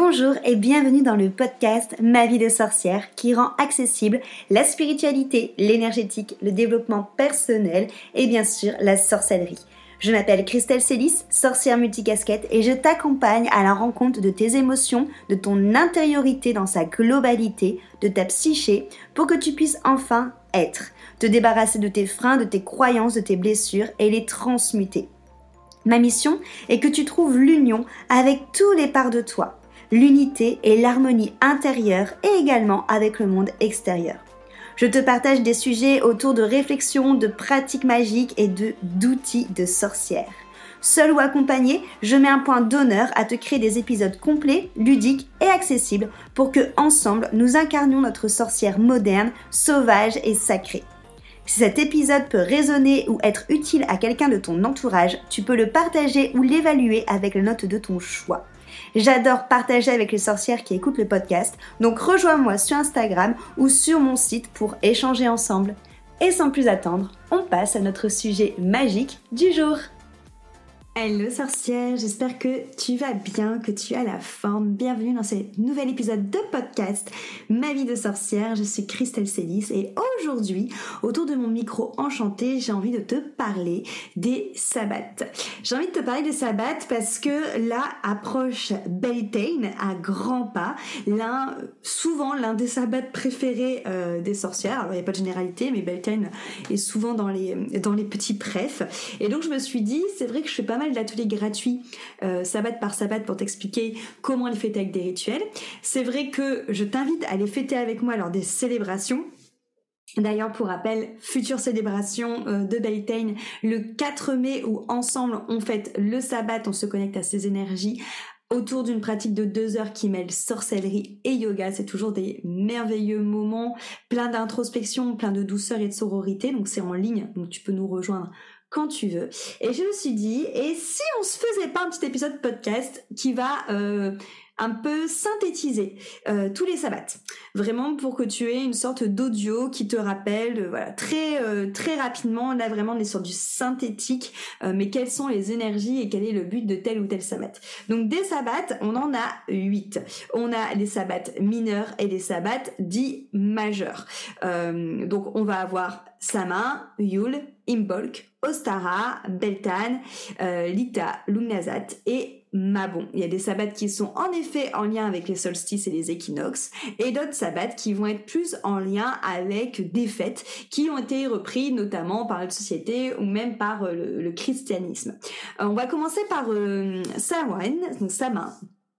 Bonjour et bienvenue dans le podcast Ma vie de sorcière qui rend accessible la spiritualité, l'énergétique, le développement personnel et bien sûr la sorcellerie. Je m'appelle Christelle Célis, sorcière multicasquette et je t'accompagne à la rencontre de tes émotions, de ton intériorité dans sa globalité, de ta psyché pour que tu puisses enfin être, te débarrasser de tes freins, de tes croyances, de tes blessures et les transmuter. Ma mission est que tu trouves l'union avec tous les parts de toi, l'unité et l'harmonie intérieure et également avec le monde extérieur. Je te partage des sujets autour de réflexions, de pratiques magiques et d'outils de sorcière. Seul ou accompagné, je mets un point d'honneur à te créer des épisodes complets, ludiques et accessibles pour que, ensemble, nous incarnions notre sorcière moderne, sauvage et sacrée. Si cet épisode peut résonner ou être utile à quelqu'un de ton entourage, tu peux le partager ou l'évaluer avec la note de ton choix. J'adore partager avec les sorcières qui écoutent le podcast, donc rejoins-moi sur Instagram ou sur mon site pour échanger ensemble. Et sans plus attendre, on passe à notre sujet magique du jour. Hello sorcière, j'espère que tu vas bien, que tu as la forme. Bienvenue dans ce nouvel épisode de podcast Ma vie de sorcière. Je suis Christelle Célis et aujourd'hui, autour de mon micro enchanté, j'ai envie de te parler des sabbats. J'ai envie de te parler des sabbats parce que là approche Beltane à grands pas, souvent l'un des sabbats préférés des sorcières. Alors il n'y a pas de généralité, mais Beltane est souvent dans les petits prefs. Et donc je me suis dit, c'est vrai que je fais pas mal d'ateliers gratuits sabbat par sabbat pour t'expliquer comment les fêter avec des rituels. C'est vrai que je t'invite à les fêter avec moi lors des célébrations. D'ailleurs, pour rappel, future célébration de Beltane le 4 mai où ensemble on fête le sabbat, on se connecte à ces énergies autour d'une pratique de 2 heures qui mêle sorcellerie et yoga. C'est toujours des merveilleux moments, plein d'introspection, plein de douceur et de sororité. Donc c'est en ligne, donc tu peux nous rejoindre quand tu veux. Et je me suis dit, et si on se faisait pas un petit épisode podcast qui va un peu synthétiser tous les sabbats, vraiment pour que tu aies une sorte d'audio qui te rappelle, voilà, très rapidement, là vraiment on est sur du synthétique, mais quelles sont les énergies et quel est le but de tel ou tel sabbat. Donc des sabbats, on en a 8. On a les sabbats mineurs et les sabbats dits majeurs. Donc on va avoir Sama, Yule, Imbolc, Ostara, Beltane, Lita, Lugnasat et Mabon. Il y a des sabbats qui sont en effet en lien avec les solstices et les équinoxes et d'autres sabbats qui vont être plus en lien avec des fêtes qui ont été repris notamment par la société ou même par le christianisme. On va commencer par Samhain, donc Samhain,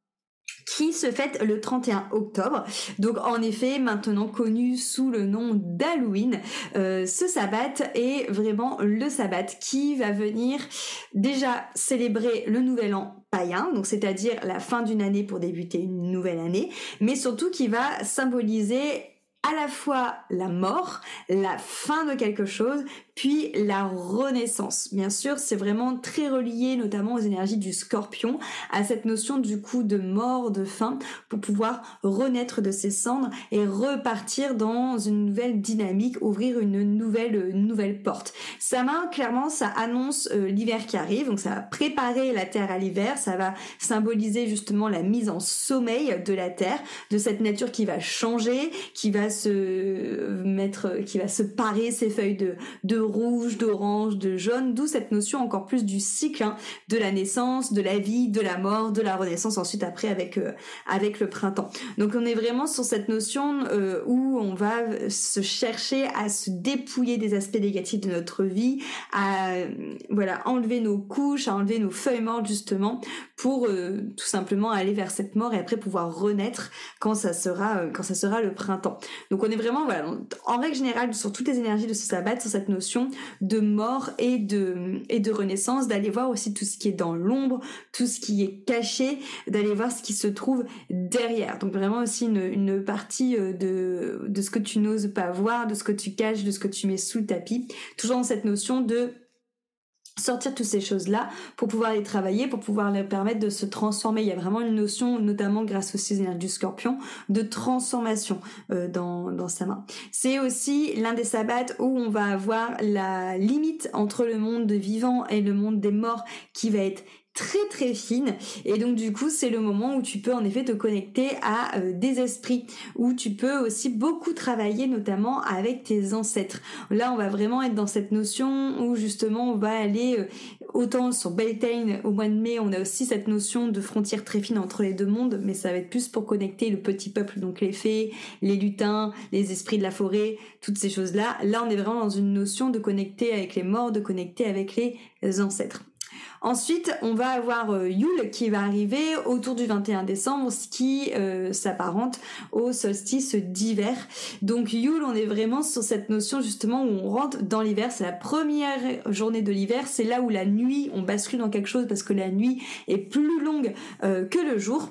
qui se fête le 31 octobre. Donc en effet, maintenant connu sous le nom d'Halloween, ce sabbat est vraiment le sabbat qui va venir déjà célébrer le nouvel an païen, donc c'est-à-dire la fin d'une année pour débuter une nouvelle année, mais surtout qui va symboliser à la fois la mort, la fin de quelque chose, puis la renaissance. Bien sûr, c'est vraiment très relié notamment aux énergies du scorpion, à cette notion du coup de mort, de fin, pour pouvoir renaître de ses cendres et repartir dans une nouvelle dynamique, ouvrir une nouvelle porte. Samhain, clairement, ça annonce l'hiver qui arrive, donc ça va préparer la terre à l'hiver, ça va symboliser justement la mise en sommeil de la terre, de cette nature qui va changer, qui va se parer ses feuilles de rouge, d'orange, de jaune, d'où cette notion encore plus du cycle, de la naissance, de la vie, de la mort, de la renaissance ensuite après avec le printemps. Donc on est vraiment sur cette notion où on va se chercher à se dépouiller des aspects négatifs de notre vie, à enlever nos couches, à enlever nos feuilles mortes justement pour tout simplement aller vers cette mort et après pouvoir renaître quand ça sera le printemps. Donc on est vraiment en règle générale sur toutes les énergies de ce sabbat, sur cette notion de mort et de renaissance, d'aller voir aussi tout ce qui est dans l'ombre, tout ce qui est caché, d'aller voir ce qui se trouve derrière. Donc vraiment aussi une partie de ce que tu n'oses pas voir, de ce que tu caches, de ce que tu mets sous le tapis, toujours dans cette notion de sortir toutes ces choses-là pour pouvoir les travailler, pour pouvoir leur permettre de se transformer. Il y a vraiment une notion, notamment grâce aux énergies du scorpion, de transformation dans sa main. C'est aussi l'un des sabbats où on va avoir la limite entre le monde vivant et le monde des morts qui va être très très fine, et donc du coup c'est le moment où tu peux en effet te connecter à des esprits, où tu peux aussi beaucoup travailler notamment avec tes ancêtres. Là on va vraiment être dans cette notion où justement on va aller autant sur Beltane au mois de mai, on a aussi cette notion de frontière très fine entre les deux mondes, mais ça va être plus pour connecter le petit peuple, donc les fées, les lutins, les esprits de la forêt, toutes ces choses-là. Là on est vraiment dans une notion de connecter avec les morts, de connecter avec les ancêtres. Ensuite, on va avoir Yule qui va arriver autour du 21 décembre, ce qui s'apparente au solstice d'hiver. Donc Yule, on est vraiment sur cette notion justement où on rentre dans l'hiver, c'est la première journée de l'hiver, c'est là où la nuit, on bascule dans quelque chose parce que la nuit est plus longue que le jour.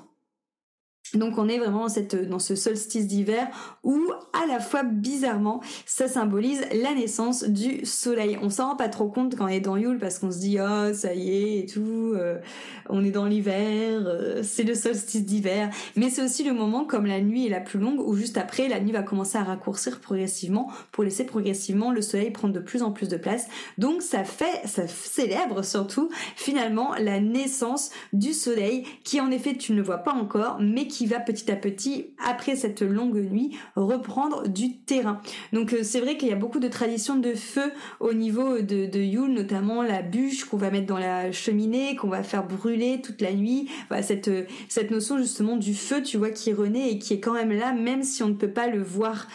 Donc on est vraiment dans ce solstice d'hiver où à la fois bizarrement ça symbolise la naissance du soleil. On s'en rend pas trop compte quand on est dans Yule parce qu'on se dit oh ça y est et tout, on est dans l'hiver, c'est le solstice d'hiver, mais c'est aussi le moment comme la nuit est la plus longue où juste après la nuit va commencer à raccourcir progressivement pour laisser progressivement le soleil prendre de plus en plus de place. Donc ça célèbre surtout finalement la naissance du soleil qui en effet tu ne le vois pas encore mais qui va petit à petit, après cette longue nuit, reprendre du terrain. Donc c'est vrai qu'il y a beaucoup de traditions de feu au niveau de Yule, notamment la bûche qu'on va mettre dans la cheminée, qu'on va faire brûler toute la nuit. Voilà, cette notion justement du feu, tu vois, qui renaît et qui est quand même là, même si on ne peut pas le voir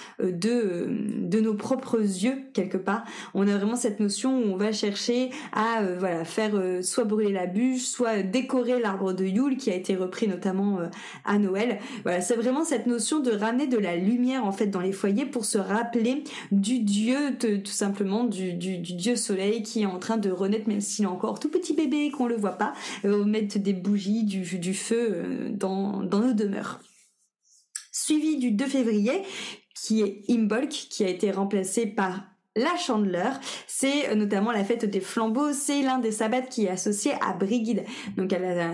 de nos propres yeux, quelque part. On a vraiment cette notion où on va chercher à faire soit brûler la bûche, soit décorer l'arbre de Yule qui a été repris notamment à Noël. Voilà, c'est vraiment cette notion de ramener de la lumière en fait dans les foyers pour se rappeler du dieu, tout simplement du dieu soleil qui est en train de renaître même s'il est encore tout petit bébé qu'on le voit pas, mettre des bougies, du feu dans nos demeures. Suivi du 2 février qui est Imbolc qui a été remplacé par la Chandeleur, c'est notamment la fête des flambeaux, c'est l'un des sabbats qui est associé à Brigid, donc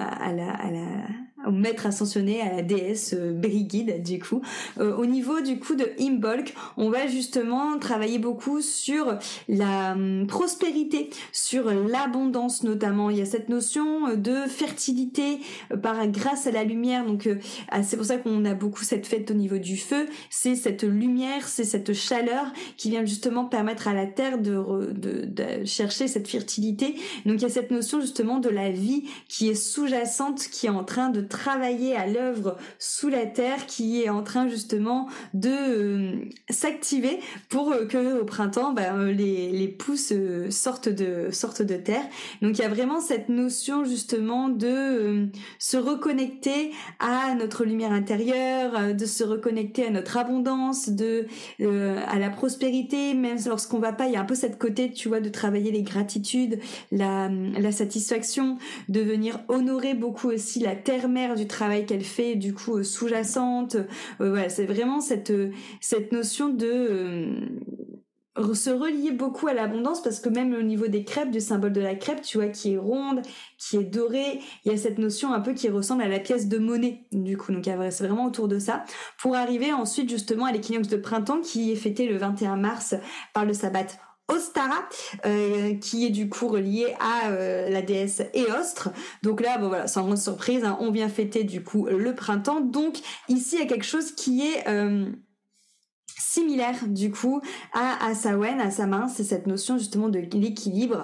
au maître ascensionné, à la déesse Brigid du coup. Au niveau du coup de Imbolc, on va justement travailler beaucoup sur la prospérité, sur l'abondance notamment. Il y a cette notion de fertilité grâce à la lumière, donc c'est pour ça qu'on a beaucoup cette fête au niveau du feu, c'est cette lumière, c'est cette chaleur qui vient justement permettre à la terre de chercher cette fertilité. Donc il y a cette notion justement de la vie qui est sous-jacente, qui est en train de travailler à l'œuvre sous la terre, qui est en train justement de s'activer pour que au printemps les pousses sortent de terre. Donc il y a vraiment cette notion justement de se reconnecter à notre lumière intérieure, de se reconnecter à notre abondance, à la prospérité, même lorsqu'on va pas, il y a un peu cette côté, tu vois, de travailler les gratitudes, la satisfaction, de venir honorer beaucoup aussi la terre-mère du travail qu'elle fait, du coup sous-jacente. Voilà, c'est vraiment cette notion de se relier beaucoup à l'abondance, parce que même au niveau des crêpes, du symbole de la crêpe, tu vois, qui est ronde, qui est dorée, il y a cette notion un peu qui ressemble à la pièce de monnaie, du coup. Donc c'est vraiment autour de ça, pour arriver ensuite justement à l'équinoxe de printemps qui est fêté le 21 mars par le sabbat Ostara, qui est du coup relié à la déesse Éostre. Donc là, voilà, sans grande surprise, hein, on vient fêter du coup le printemps. Donc ici, il y a quelque chose qui est similaire du coup à Samhain, à Samhain, c'est cette notion justement de l'équilibre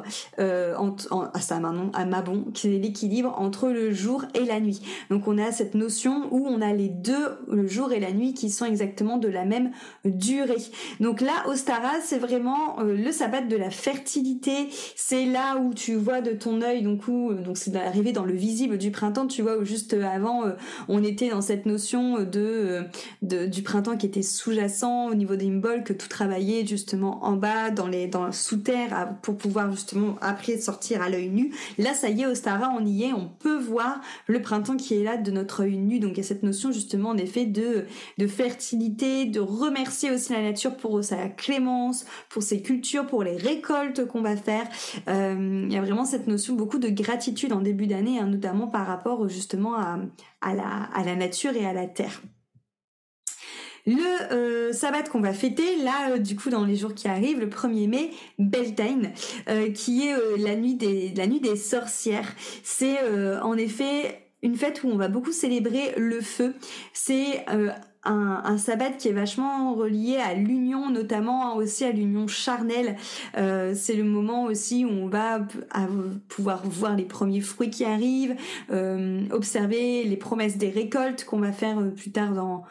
à Mabon, qui est l'équilibre entre le jour et la nuit. Donc on a cette notion où on a les deux, le jour et la nuit, qui sont exactement de la même durée. Donc là, Ostara, c'est vraiment le sabbat de la fertilité. C'est là où tu vois de ton œil, donc c'est d'arriver dans le visible du printemps. Tu vois où juste avant, on était dans cette notion du printemps qui était sous-jacent au niveau d'Imbolc, tout travailler justement en bas dans sous terre pour pouvoir justement après sortir à l'œil nu. Là ça y est, Ostara, on y est, on peut voir le printemps qui est là de notre œil nu. Donc il y a cette notion justement en effet de fertilité, de remercier aussi la nature pour sa clémence, pour ses cultures, pour les récoltes qu'on va faire. Il y a vraiment cette notion beaucoup de gratitude en début d'année, hein, notamment par rapport justement à la nature et à la terre. Sabbat qu'on va fêter là, du coup dans les jours qui arrivent, le 1er mai, Beltane, qui est la nuit des sorcières. C'est en effet une fête où on va beaucoup célébrer le feu. C'est un sabbat qui est vachement relié à l'union, notamment aussi à l'union charnelle. C'est le moment aussi où on va pouvoir voir les premiers fruits qui arrivent, observer les promesses des récoltes qu'on va faire plus tard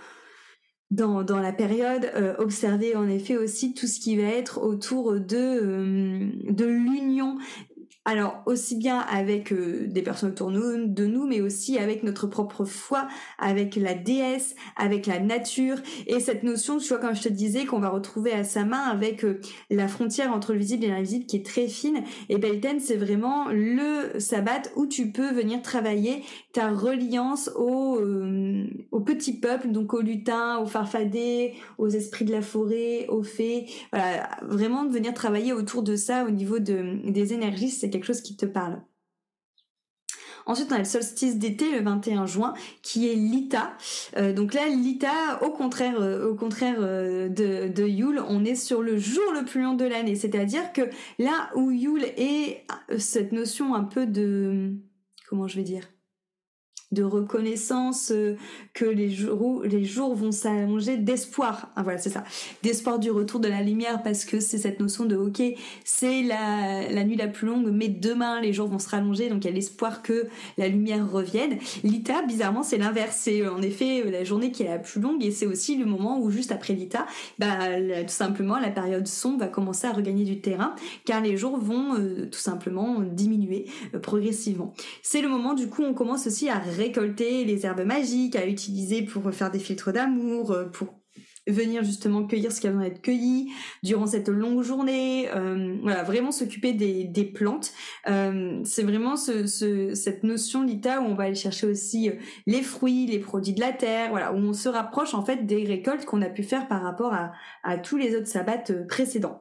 dans la période, observer en effet aussi tout ce qui va être autour de l'union. Alors aussi bien avec des personnes autour de nous, mais aussi avec notre propre foi, avec la déesse, avec la nature, et cette notion, tu vois, comme je te disais, qu'on va retrouver à sa main avec la frontière entre le visible et l'invisible qui est très fine. Et Beltane, c'est vraiment le sabbat où tu peux venir travailler ta reliance au petit peuple, donc aux lutins, aux farfadets, aux esprits de la forêt, aux fées. Voilà, vraiment de venir travailler autour de ça au niveau des énergies, c'est quelque chose qui te parle. Ensuite, on a le solstice d'été, le 21 juin, qui est l'Ita. Donc là, l'Ita, au contraire de Yule, on est sur le jour le plus long de l'année. C'est-à-dire que là où Yule est cette notion un peu de... Comment je vais dire ? De reconnaissance, que les jours vont s'allonger, d'espoir. Ah voilà, c'est ça. D'espoir du retour de la lumière, parce que c'est cette notion de ok, c'est la nuit la plus longue, mais demain les jours vont se rallonger, donc il y a l'espoir que la lumière revienne. L'Ita, bizarrement, c'est l'inverse. C'est en effet la journée qui est la plus longue, et c'est aussi le moment où juste après l'Ita, tout simplement la période sombre va commencer à regagner du terrain, car les jours vont tout simplement diminuer progressivement. C'est le moment du coup où on commence aussi à récolter les herbes magiques, à utiliser pour faire des filtres d'amour, pour venir justement cueillir ce qui a besoin d'être cueilli durant cette longue journée, voilà, vraiment s'occuper des plantes. C'est vraiment cette notion l'Ita où on va aller chercher aussi les fruits, les produits de la terre, voilà, où on se rapproche en fait des récoltes qu'on a pu faire par rapport à tous les autres sabbats précédents.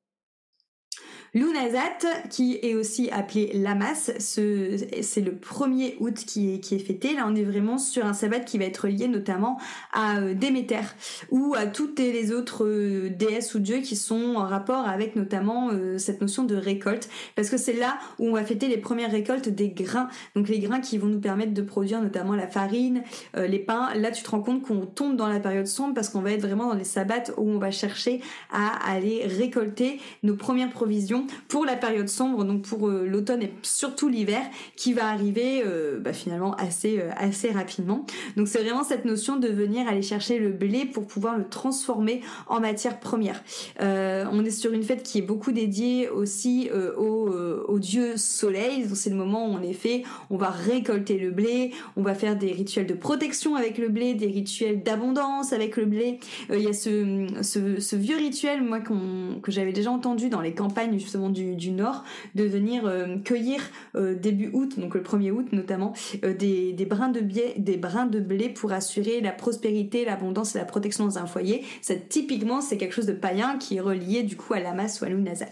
Lunazat, qui est aussi appelé Lamas, c'est le 1er août qui est fêté. Là, on est vraiment sur un sabbat qui va être lié notamment à Déméter ou à toutes les autres déesses ou dieux qui sont en rapport avec notamment cette notion de récolte, parce que c'est là où on va fêter les premières récoltes des grains, donc les grains qui vont nous permettre de produire notamment la farine, les pains. Là, tu te rends compte qu'on tombe dans la période sombre parce qu'on va être vraiment dans les sabbats où on va chercher à aller récolter nos premières provisions pour la période sombre, donc pour l'automne et surtout l'hiver qui va arriver finalement assez rapidement. Donc c'est vraiment cette notion de venir aller chercher le blé pour pouvoir le transformer en matière première. On est sur une fête qui est beaucoup dédiée aussi au dieu soleil, donc c'est le moment où en effet on va récolter le blé, on va faire des rituels de protection avec le blé, des rituels d'abondance avec le blé. Il y a ce vieux rituel moi que j'avais déjà entendu dans les campagnes justement du Nord, de venir cueillir début août, donc le 1er août notamment, des brins de blé pour assurer la prospérité, l'abondance et la protection dans un foyer. Typiquement, c'est quelque chose de païen qui est relié du coup à Lamas ou à Lunazat.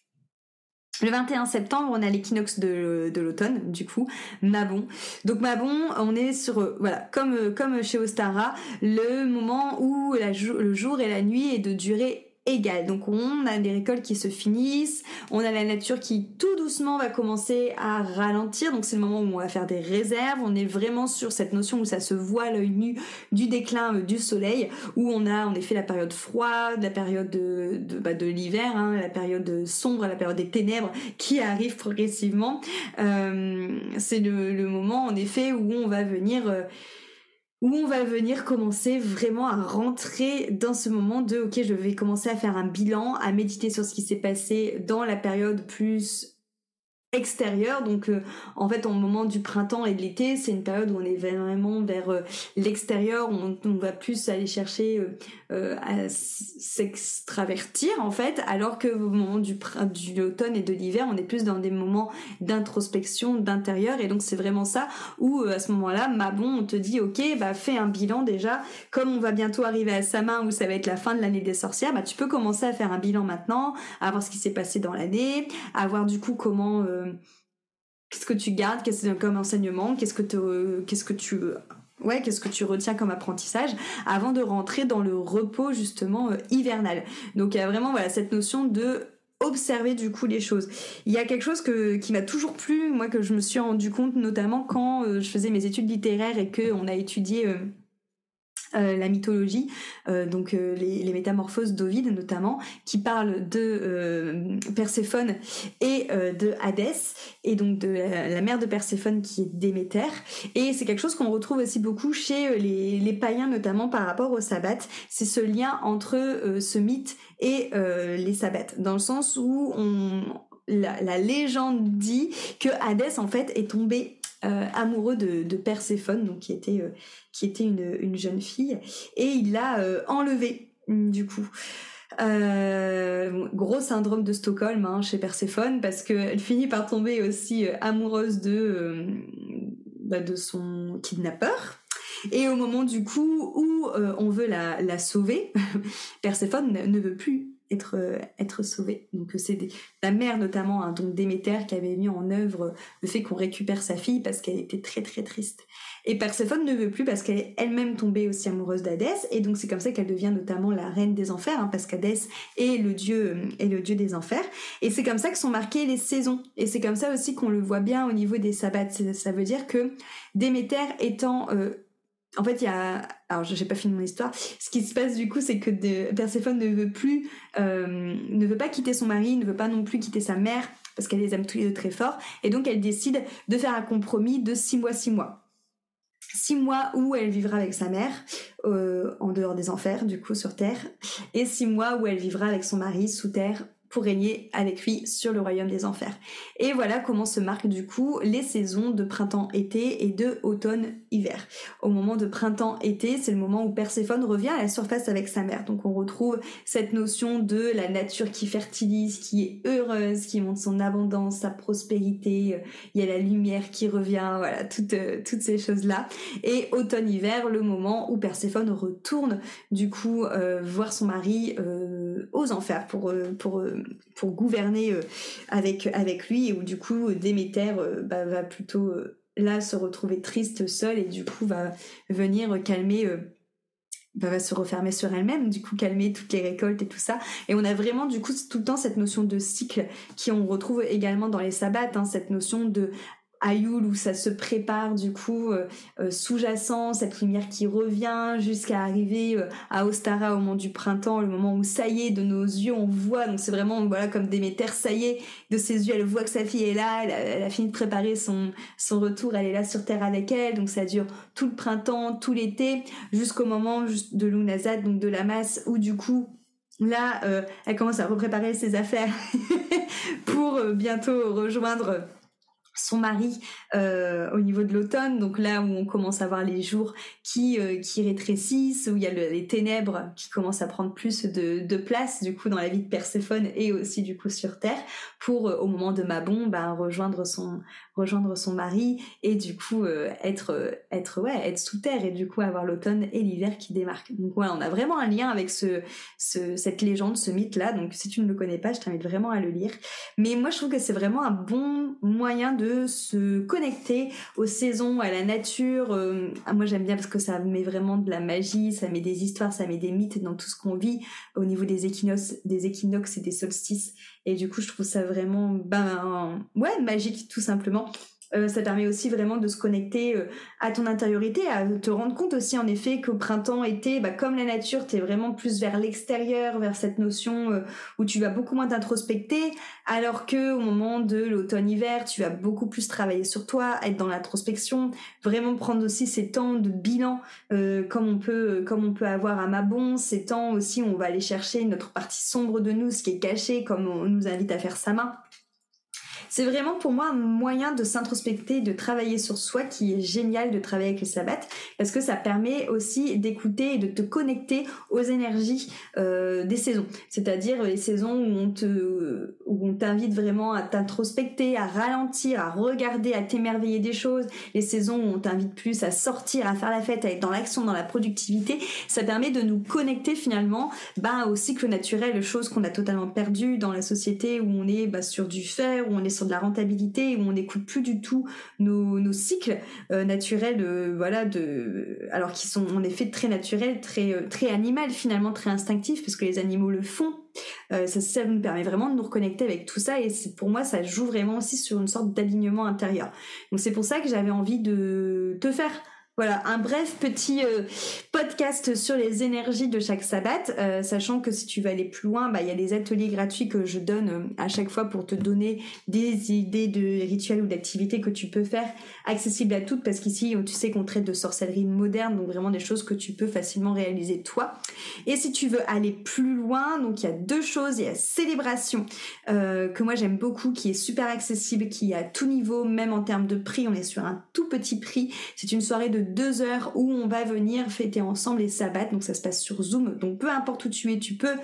Le 21 septembre, on a l'équinoxe de l'automne, du coup, Mabon. Donc Mabon, on est sur, comme chez Ostara, le moment où le jour et la nuit est de durée égale. Donc on a des récoltes qui se finissent, on a la nature qui tout doucement va commencer à ralentir, donc c'est le moment où on va faire des réserves, on est vraiment sur cette notion où ça se voit à l'œil nu du déclin du soleil, où on a en effet la période froide, la période de l'hiver, la période sombre, la période des ténèbres qui arrive progressivement. C'est le moment en effet où on va venir commencer vraiment à rentrer dans ce moment de ok, je vais commencer à faire un bilan, à méditer sur ce qui s'est passé dans la période plus extérieur. Donc en fait au moment du printemps et de l'été, c'est une période où on est vraiment vers l'extérieur, on va plus aller chercher à s'extravertir en fait, alors que au moment de l'automne et de l'hiver, on est plus dans des moments d'introspection, d'intérieur. Et donc c'est vraiment ça où à ce moment-là, Mabon, on te dit ok, fais un bilan déjà, comme on va bientôt arriver à Samin où ça va être la fin de l'année des sorcières, tu peux commencer à faire un bilan maintenant, à voir ce qui s'est passé dans l'année, à voir du coup qu'est-ce que tu gardes, qu'est-ce comme enseignement, qu'est-ce que tu qu'est-ce que tu retiens comme apprentissage avant de rentrer dans le repos justement hivernal. Donc il y a vraiment cette notion de observer du coup les choses. Il y a quelque chose qui m'a toujours plu, moi, que je me suis rendu compte notamment quand je faisais mes études littéraires et qu'on a étudié la mythologie, donc les métamorphoses d'Ovide notamment, qui parlent de Perséphone et de Hadès, et donc de la mère de Perséphone qui est Déméter. Et c'est quelque chose qu'on retrouve aussi beaucoup chez les païens, notamment par rapport au sabbat. C'est ce lien entre ce mythe et les sabbats, dans le sens où la légende dit que Hadès en fait est tombé amoureux de Perséphone, donc qui était une jeune fille, et il l'a enlevée du coup. Gros syndrome de Stockholm chez Perséphone, parce qu'elle finit par tomber aussi amoureuse de son kidnappeur. Et au moment du coup où on veut la sauver, Perséphone ne veut plus être sauvée. Donc c'est la mère notamment, donc Déméter, qui avait mis en œuvre le fait qu'on récupère sa fille parce qu'elle était très très triste. Et Perséphone ne veut plus parce qu'elle est elle-même tombée aussi amoureuse d'Hadès, et donc c'est comme ça qu'elle devient notamment la reine des enfers, parce qu'Hadès est le dieu des enfers. Et c'est comme ça que sont marquées les saisons. Et c'est comme ça aussi qu'on le voit bien au niveau des sabbats. Ça veut dire que Déméter étant en fait, alors j'ai pas fini mon histoire. Ce qui se passe du coup, c'est que Perséphone ne veut pas quitter son mari, ne veut pas non plus quitter sa mère, parce qu'elle les aime tous les deux très fort. Et donc, elle décide de faire un compromis de 6 mois. 6 mois où elle vivra avec sa mère, en dehors des enfers, du coup, sur terre. Et 6 mois où elle vivra avec son mari sous terre, pour régner avec lui sur le royaume des enfers. Et voilà comment se marquent du coup les saisons de printemps-été et de automne-hiver. Au moment de printemps-été, c'est le moment où Perséphone revient à la surface avec sa mère. Donc on retrouve cette notion de la nature qui fertilise, qui est heureuse, qui montre son abondance, sa prospérité. Il y a la lumière qui revient, voilà, toutes ces choses-là. Et automne-hiver, le moment où Perséphone retourne du coup voir son mari aux enfers pour gouverner avec lui, et où du coup Déméter va plutôt là se retrouver triste, seule, et du coup va venir calmer, va se refermer sur elle-même, du coup calmer toutes les récoltes et tout ça. Et on a vraiment du coup tout le temps cette notion de cycle qui on retrouve également dans les sabbats, cette notion de Ayoul, où ça se prépare du coup sous-jacent, cette lumière qui revient jusqu'à arriver à Ostara au moment du printemps, le moment où ça y est, de nos yeux on voit, donc c'est vraiment comme Déméter, ça y est, de ses yeux elle voit que sa fille est là, elle a fini de préparer son retour, elle est là sur terre avec elle, donc ça dure tout le printemps, tout l'été, jusqu'au moment de Lughnasadh, donc de la masse, où du coup là elle commence à repréparer ses affaires pour bientôt rejoindre son mari au niveau de l'automne, donc là où on commence à voir les jours qui rétrécissent, où il y a les ténèbres qui commencent à prendre plus de place du coup dans la vie de Perséphone et aussi du coup sur terre, pour au moment de Mabon rejoindre son mari, et du coup être sous terre, et du coup avoir l'automne et l'hiver qui démarquent. Donc voilà, on a vraiment un lien avec cette légende, ce mythe là, donc si tu ne le connais pas, je t'invite vraiment à le lire. Mais moi je trouve que c'est vraiment un bon moyen de se connecter aux saisons, à la nature. Moi j'aime bien parce que ça met vraiment de la magie, ça met des histoires, ça met des mythes dans tout ce qu'on vit au niveau des équinoxes et des solstices. Et du coup je trouve ça vraiment magique tout simplement. Ça permet aussi vraiment de se connecter à ton intériorité, à te rendre compte aussi en effet qu'au printemps, été, comme la nature, t'es vraiment plus vers l'extérieur, vers cette notion où tu vas beaucoup moins t'introspecter, alors que au moment de l'automne-hiver, tu vas beaucoup plus travailler sur toi, être dans l'introspection, vraiment prendre aussi ces temps de bilan comme on peut avoir à Mabon, ces temps aussi où on va aller chercher notre partie sombre de nous, ce qui est caché, comme on nous invite à faire Sama. C'est vraiment pour moi un moyen de s'introspecter, de travailler sur soi, qui est génial de travailler avec le sabbat, parce que ça permet aussi d'écouter et de te connecter aux énergies des saisons. C'est-à-dire les saisons où on t'invite vraiment à t'introspecter, à ralentir, à regarder, à t'émerveiller des choses. Les saisons où on t'invite plus à sortir, à faire la fête, à être dans l'action, dans la productivité. Ça permet de nous connecter finalement au cycle naturel, choses qu'on a totalement perdues dans la société où on est sur du faire, où on est sur sur de la rentabilité, où on n'écoute plus du tout nos cycles naturels, alors qu'ils sont en effet très naturels, très animal finalement, très instinctifs, parce que les animaux le font. Ça nous permet vraiment de nous reconnecter avec tout ça, et pour moi ça joue vraiment aussi sur une sorte d'alignement intérieur. Donc c'est pour ça que j'avais envie de te faire un bref petit podcast sur les énergies de chaque sabbat, sachant que si tu veux aller plus loin, il y a des ateliers gratuits que je donne à chaque fois pour te donner des idées de rituels ou d'activités que tu peux faire, accessibles à toutes, parce qu'ici tu sais qu'on traite de sorcellerie moderne, donc vraiment des choses que tu peux facilement réaliser toi. Et si tu veux aller plus loin, donc il y a deux choses. Il y a célébration que moi j'aime beaucoup, qui est super accessible, qui est à tout niveau, même en termes de prix, on est sur un tout petit prix. C'est une soirée de 2 heures où on va venir fêter ensemble les sabbats, donc ça se passe sur Zoom, donc peu importe où tu es, tu peux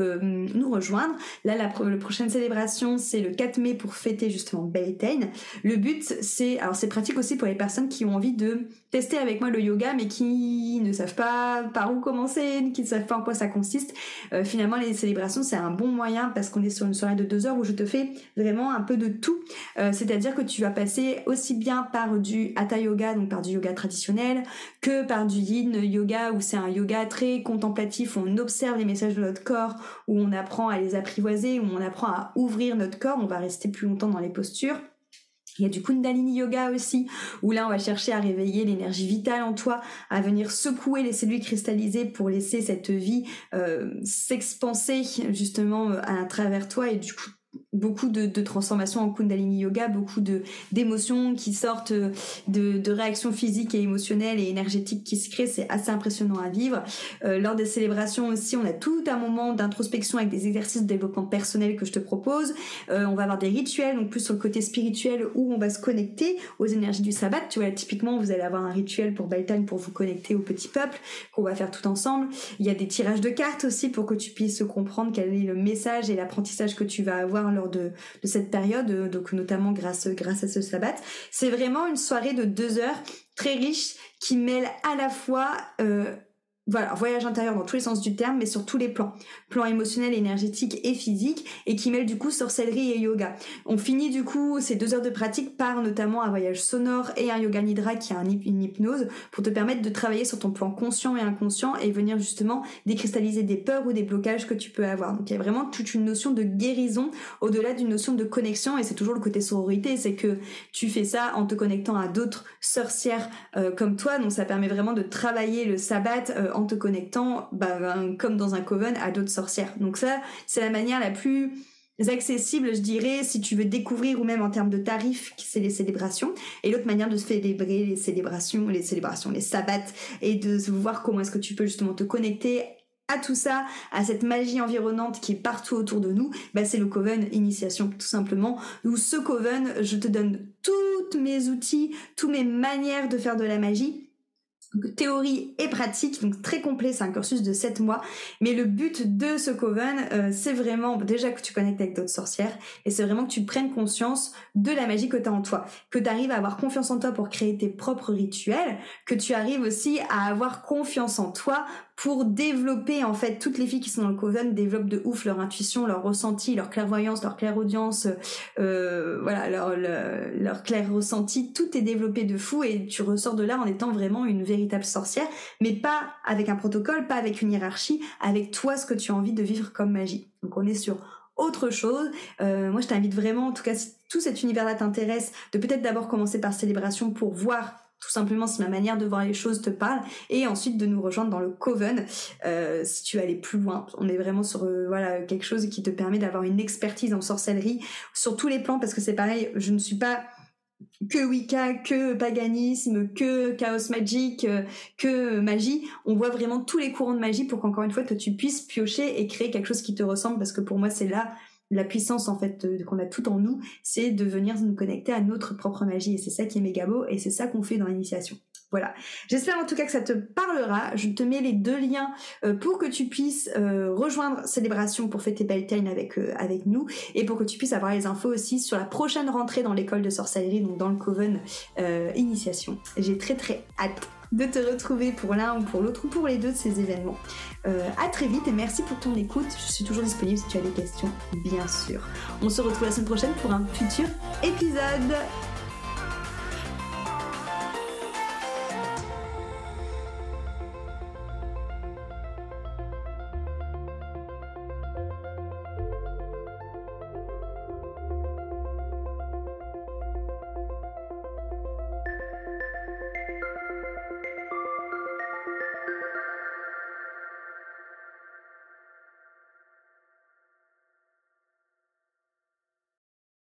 nous rejoindre. Là, la prochaine célébration, c'est le 4 mai pour fêter justement Beltane. Le but, c'est pratique aussi pour les personnes qui ont envie de tester avec moi le yoga, mais qui ne savent pas par où commencer, qui ne savent pas en quoi ça consiste. Finalement, les célébrations, c'est un bon moyen, parce qu'on est sur une soirée de 2 heures où je te fais vraiment un peu de tout. C'est-à-dire que tu vas passer aussi bien par du Hatha Yoga, donc par du yoga traditionnel, que par du Yin Yoga, où c'est un yoga très contemplatif, où on observe les messages de notre corps, où on apprend à les apprivoiser, où on apprend à ouvrir notre corps, on va rester plus longtemps dans les postures. Il y a du Kundalini Yoga aussi, où là on va chercher à réveiller l'énergie vitale en toi, à venir secouer les cellules cristallisées pour laisser cette vie s'expanser justement à travers toi, et du coup beaucoup de transformations en Kundalini Yoga, beaucoup d'émotions qui sortent, de réactions physiques et émotionnelles et énergétiques qui se créent. C'est assez impressionnant à vivre. Lors des célébrations aussi, on a tout un moment d'introspection avec des exercices de développement personnel que je te propose. On va avoir des rituels, donc plus sur le côté spirituel, où on va se connecter aux énergies du sabbat. Tu vois, typiquement, vous allez avoir un rituel pour Beltane, pour vous connecter au petit peuple, qu'on va faire tout ensemble. Il y a des tirages de cartes aussi pour que tu puisses comprendre quel est le message et l'apprentissage que tu vas avoir lors de cette période, donc notamment grâce à ce sabbat. C'est vraiment une soirée de 2 heures très riche, qui mêle à la fois voyage intérieur dans tous les sens du terme, mais sur tous les plans émotionnels, énergétiques et physiques, et qui mêle du coup sorcellerie et yoga. On finit du coup ces 2 heures de pratique par notamment un voyage sonore et un yoga nidra, qui est une hypnose, pour te permettre de travailler sur ton plan conscient et inconscient, et venir justement décristalliser des peurs ou des blocages que tu peux avoir. Donc il y a vraiment toute une notion de guérison au-delà d'une notion de connexion, et c'est toujours le côté sororité, c'est que tu fais ça en te connectant à d'autres sorcières comme toi, donc ça permet vraiment de travailler le sabbat en te connectant, comme dans un coven, à d'autres sorcières. Donc ça, c'est la manière la plus accessible, je dirais, si tu veux découvrir, ou même en termes de tarifs, c'est les célébrations. Et l'autre manière de se célébrer les sabbats, et de voir comment est-ce que tu peux justement te connecter à tout ça, à cette magie environnante qui est partout autour de nous, c'est le Coven Initiation, tout simplement. Où ce Coven, je te donne tous mes outils, toutes mes manières de faire de la magie, théorie et pratique, donc très complet. C'est un cursus de 7 mois, mais le but de ce coven, c'est vraiment déjà que tu connectes avec d'autres sorcières, et c'est vraiment que tu prennes conscience de la magie que tu as en toi, que tu arrives à avoir confiance en toi pour créer tes propres rituels, que tu arrives aussi à avoir confiance en toi pour développer, en fait, toutes les filles qui sont dans le coven développent de ouf leur intuition, leur ressenti, leur clairvoyance, leur clairaudience, leur clair ressenti, tout est développé de fou, et tu ressors de là en étant vraiment une véritable sorcière, mais pas avec un protocole, pas avec une hiérarchie, avec toi, ce que tu as envie de vivre comme magie. Donc on est sur autre chose. Moi je t'invite vraiment, en tout cas si tout cet univers-là t'intéresse, de peut-être d'abord commencer par célébration pour voir tout simplement si ma manière de voir les choses te parle, et ensuite de nous rejoindre dans le Coven si tu veux aller plus loin. On est vraiment sur quelque chose qui te permet d'avoir une expertise en sorcellerie sur tous les plans, parce que c'est pareil, je ne suis pas que Wicca, que paganisme, que chaos magique, que magie. On voit vraiment tous les courants de magie pour qu'encore une fois toi tu puisses piocher et créer quelque chose qui te ressemble, parce que pour moi c'est là la puissance en fait qu'on a tout en nous, c'est de venir nous connecter à notre propre magie, et c'est ça qui est méga beau, et c'est ça qu'on fait dans l'initiation. Voilà. J'espère en tout cas que ça te parlera. Je te mets les 2 liens pour que tu puisses rejoindre Célébration pour fêter Beltane avec nous, et pour que tu puisses avoir les infos aussi sur la prochaine rentrée dans l'école de sorcellerie, donc dans le Coven Initiation. J'ai très très hâte. de te retrouver pour l'un ou pour l'autre ou pour les deux de ces événements. À très vite et merci pour ton écoute. Je suis toujours disponible si tu as des questions, bien sûr. On se retrouve la semaine prochaine pour un futur épisode.